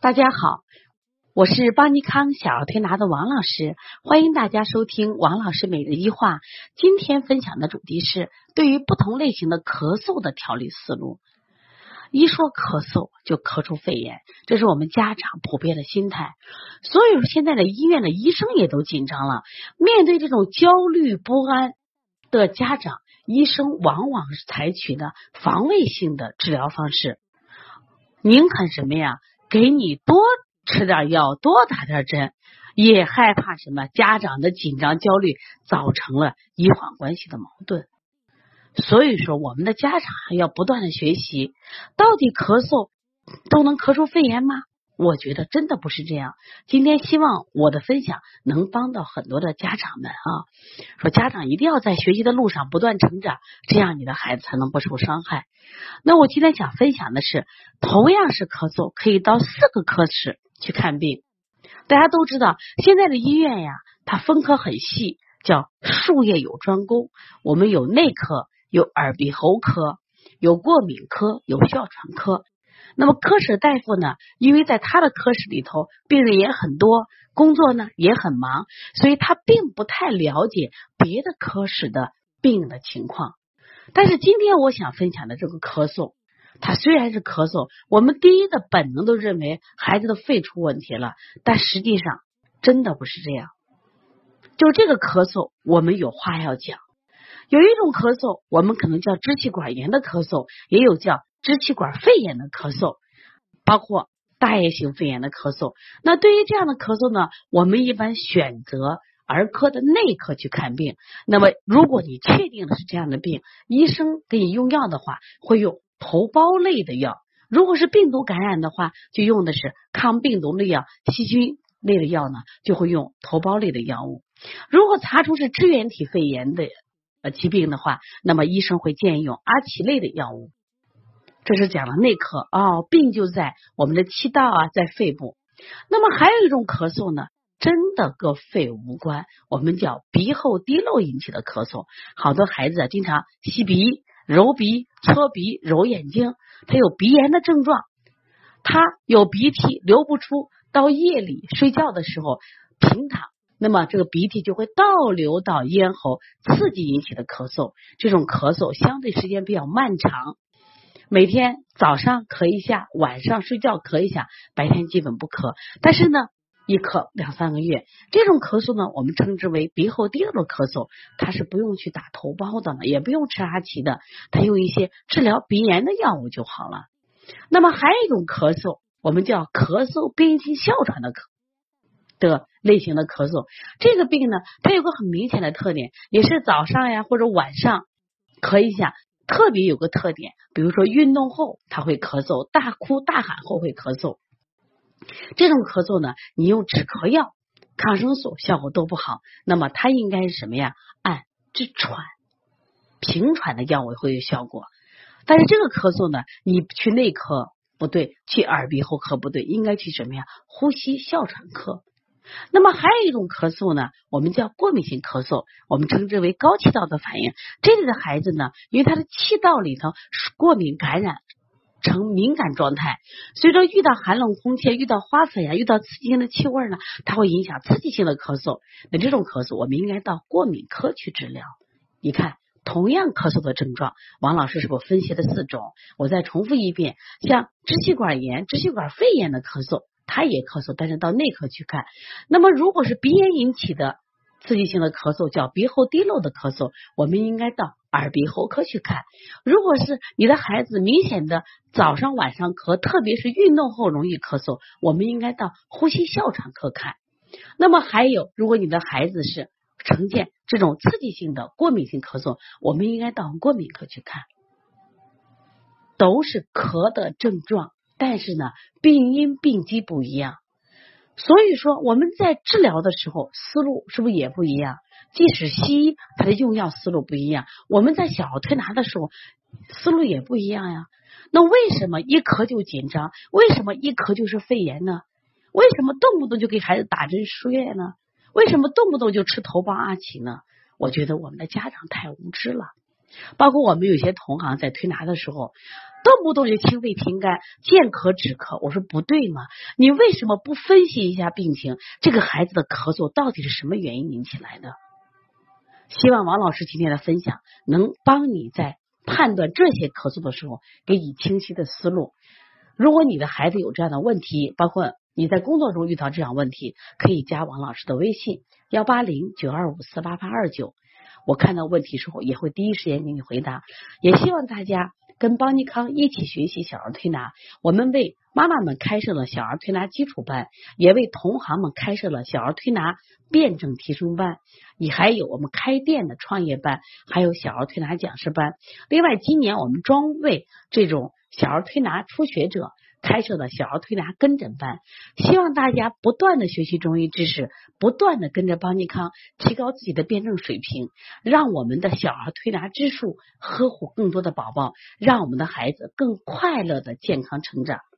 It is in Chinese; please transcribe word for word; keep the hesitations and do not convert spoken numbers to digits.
大家好，我是邦尼康小儿推拿的王老师，欢迎大家收听王老师每日一话。今天分享的主题是对于不同类型的咳嗽的调理思路。一说咳嗽就咳出肺炎，这是我们家长普遍的心态，所以现在的医院的医生也都紧张了。面对这种焦虑不安的家长，医生往往是采取的防卫性的治疗方式，宁肯什么呀？给你多吃点药，多打点针，也害怕什么？家长的紧张焦虑造成了医患关系的矛盾。所以说，我们的家长要不断的学习，到底咳嗽都能咳出肺炎吗？我觉得真的不是这样。今天希望我的分享能帮到很多的家长们啊，说家长一定要在学习的路上不断成长，这样你的孩子才能不受伤害。那我今天想分享的是，同样是咳嗽，可以到四个科室去看病。大家都知道，现在的医院呀，它分科很细，叫术业有专攻。我们有内科，有耳鼻喉科，有过敏科，有哮喘科。那么科室大夫呢，因为在他的科室里头病人也很多，工作呢也很忙，所以他并不太了解别的科室的病的情况。但是今天我想分享的这个咳嗽，它虽然是咳嗽，我们第一的本能都认为孩子的肺出问题了，但实际上真的不是这样。就这个咳嗽我们有话要讲。有一种咳嗽我们可能叫支气管炎的咳嗽，也有叫支气管肺炎的咳嗽，包括大叶性肺炎的咳嗽。那对于这样的咳嗽呢，我们一般选择儿科的内科去看病。那么如果你确定的是这样的病，医生给你用药的话，会用头孢类的药。如果是病毒感染的话，就用的是抗病毒类药，细菌类的药呢，就会用头孢类的药物。如果查出是支原体肺炎的呃疾病的话，那么医生会建议用阿奇类的药物。这是讲了内科哦，病就在我们的气道啊，在肺部。那么还有一种咳嗽呢，真的跟肺无关，我们叫鼻后滴漏引起的咳嗽。好多孩子啊，经常吸鼻、揉鼻、搓鼻、揉眼睛，他有鼻炎的症状，他有鼻涕流不出，到夜里睡觉的时候平躺，那么这个鼻涕就会倒流到咽喉，刺激引起的咳嗽。这种咳嗽相对时间比较漫长，每天早上咳一下，晚上睡觉咳一下，白天基本不咳，但是呢一咳两三个月。这种咳嗽呢，我们称之为鼻后滴漏的咳嗽，它是不用去打头孢的，也不用吃阿奇的，它用一些治疗鼻炎的药物就好了。那么还有一种咳嗽，我们叫咳嗽边际哮喘的咳的类型的咳嗽。这个病呢，它有个很明显的特点，也是早上呀或者晚上咳一下，特别有个特点，比如说运动后他会咳嗽，大哭大喊后会咳嗽。这种咳嗽呢，你用止咳药、抗生素效果都不好，那么它应该是什么呀？按治喘、平喘的药物会有效果。但是这个咳嗽呢，你去内科不对，去耳鼻喉科不对，应该去什么呀？呼吸哮喘科。那么还有一种咳嗽呢，我们叫过敏性咳嗽，我们称之为高气道的反应。这里的孩子呢，因为他的气道里头过敏感染成敏感状态，随着遇到寒冷空气、遇到花粉呀、遇到刺激性的气味呢，它会影响刺激性的咳嗽。那这种咳嗽我们应该到过敏科去治疗。你看同样咳嗽的症状，王老师是给我分析了四种，我再重复一遍。像支气管炎、支气管肺炎的咳嗽，他也咳嗽，但是到内科去看。那么如果是鼻炎引起的刺激性的咳嗽，叫鼻后滴漏的咳嗽，我们应该到耳鼻喉科去看。如果是你的孩子明显的早上晚上咳，特别是运动后容易咳嗽，我们应该到呼吸哮喘科看。那么还有，如果你的孩子是呈现这种刺激性的过敏性咳嗽，我们应该到过敏科去看。都是咳的症状，但是呢，病因病机不一样，所以说我们在治疗的时候思路是不是也不一样？即使西医它的用药思路不一样，我们在小儿推拿的时候思路也不一样呀。那为什么一咳就紧张？为什么一咳就是肺炎呢？为什么动不动就给孩子打针输液呢？为什么动不动就吃头孢阿奇呢？我觉得我们的家长太无知了。 包括我们有些同行在推拿的时候，动不动就清肺平肝、健咳止咳，我说不对吗？你为什么不分析一下病情？这个孩子的咳嗽到底是什么原因引起来的？希望王老师今天的分享能帮你在判断这些咳嗽的时候给你清晰的思路。如果你的孩子有这样的问题，包括你在工作中遇到这样问题，可以加王老师的微信幺八零九二五四八八二九，我看到问题时候也会第一时间给你回答。也希望大家跟邦尼康一起学习小儿推拿，我们为妈妈们开设了小儿推拿基础班，也为同行们开设了小儿推拿辩证提升班，也还有我们开店的创业班，还有小儿推拿讲师班。另外今年我们专为这种小儿推拿初学者开设的小儿推拿跟诊班，希望大家不断的学习中医知识，不断的跟着邦尼康提高自己的辩证水平，让我们的小儿推拿之术呵护更多的宝宝，让我们的孩子更快乐的健康成长。